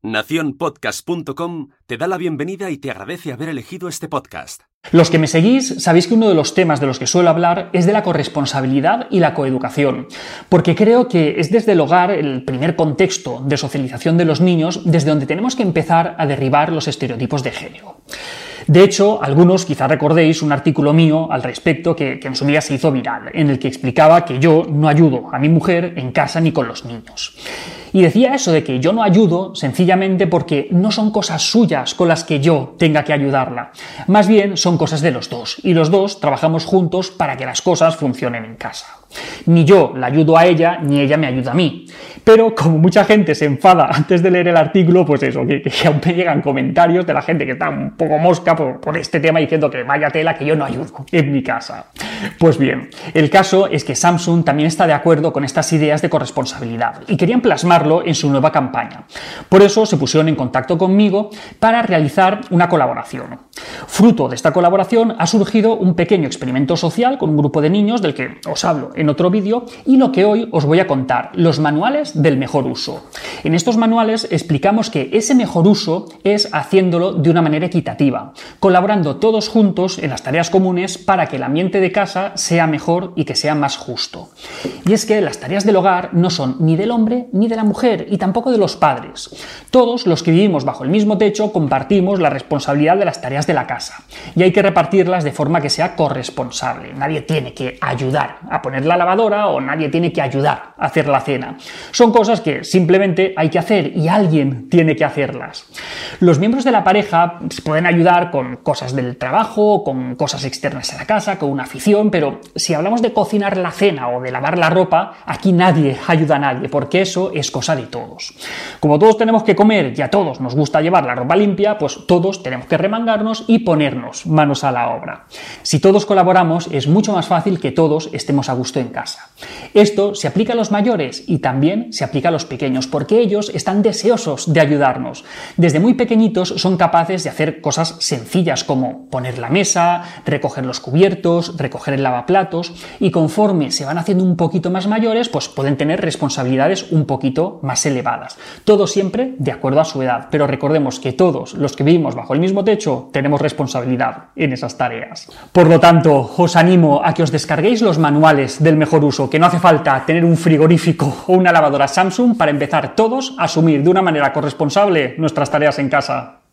Nacionpodcast.com te da la bienvenida y te agradece haber elegido este podcast. Los que me seguís sabéis que uno de los temas de los que suelo hablar es de la corresponsabilidad y la coeducación, porque creo que es desde el hogar el primer contexto de socialización de los niños desde donde tenemos que empezar a derribar los estereotipos de género. De hecho, algunos quizá recordéis un artículo mío al respecto que en su día se hizo viral, en el que explicaba que yo no ayudo a mi mujer en casa ni con los niños. Y decía eso de que yo no ayudo sencillamente porque no son cosas suyas con las que yo tenga que ayudarla. Más bien son cosas de los dos, y los dos trabajamos juntos para que las cosas funcionen en casa. Ni yo la ayudo a ella, ni ella me ayuda a mí. Pero como mucha gente se enfada antes de leer el artículo, pues eso, que aún me llegan comentarios de la gente que está un poco mosca por este tema diciendo que vaya tela que yo no ayudo en mi casa. Pues bien, el caso es que Samsung también está de acuerdo con estas ideas de corresponsabilidad y querían plasmarlo en su nueva campaña. Por eso se pusieron en contacto conmigo para realizar una colaboración. Fruto de esta colaboración ha surgido un pequeño experimento social con un grupo de niños del que os hablo en otro vídeo y lo que hoy os voy a contar, los manuales del mejor uso. En estos manuales explicamos que ese mejor uso es haciéndolo de una manera equitativa, colaborando todos juntos en las tareas comunes para que el ambiente de casa sea mejor y que sea más justo. Y es que las tareas del hogar no son ni del hombre ni de la mujer y tampoco de los padres. Todos los que vivimos bajo el mismo techo compartimos la responsabilidad de las tareas de la casa y hay que repartirlas de forma que sea corresponsable. Nadie tiene que ayudar a poner la lavadora o nadie tiene que ayudar a hacer la cena. Son cosas que simplemente hay que hacer y alguien tiene que hacerlas. Los miembros de la pareja pueden ayudar con cosas del trabajo, con cosas externas a la casa, con una afición, pero si hablamos de cocinar la cena o de lavar la ropa, aquí nadie ayuda a nadie, porque eso es cosa de todos. Como todos tenemos que comer y a todos nos gusta llevar la ropa limpia, pues todos tenemos que remangarnos y ponernos manos a la obra. Si todos colaboramos, es mucho más fácil que todos estemos a gusto en casa. Esto se aplica a los mayores y también se aplica a los pequeños, porque ellos están deseosos de ayudarnos. Desde muy pequeñitos son capaces de hacer cosas sencillas como poner la mesa, recoger los cubiertos, recoger el lavaplatos, y conforme se van haciendo un poquito más mayores, pues pueden tener responsabilidades un poquito más elevadas. Todo siempre de acuerdo a su edad, pero recordemos que todos los que vivimos bajo el mismo techo tenemos responsabilidad en esas tareas. Por lo tanto, os animo a que os descarguéis los manuales del mejor uso, que no hace falta tener un frigorífico o una lavadora Samsung para empezar todos a asumir de una manera corresponsable nuestras tareas en casa.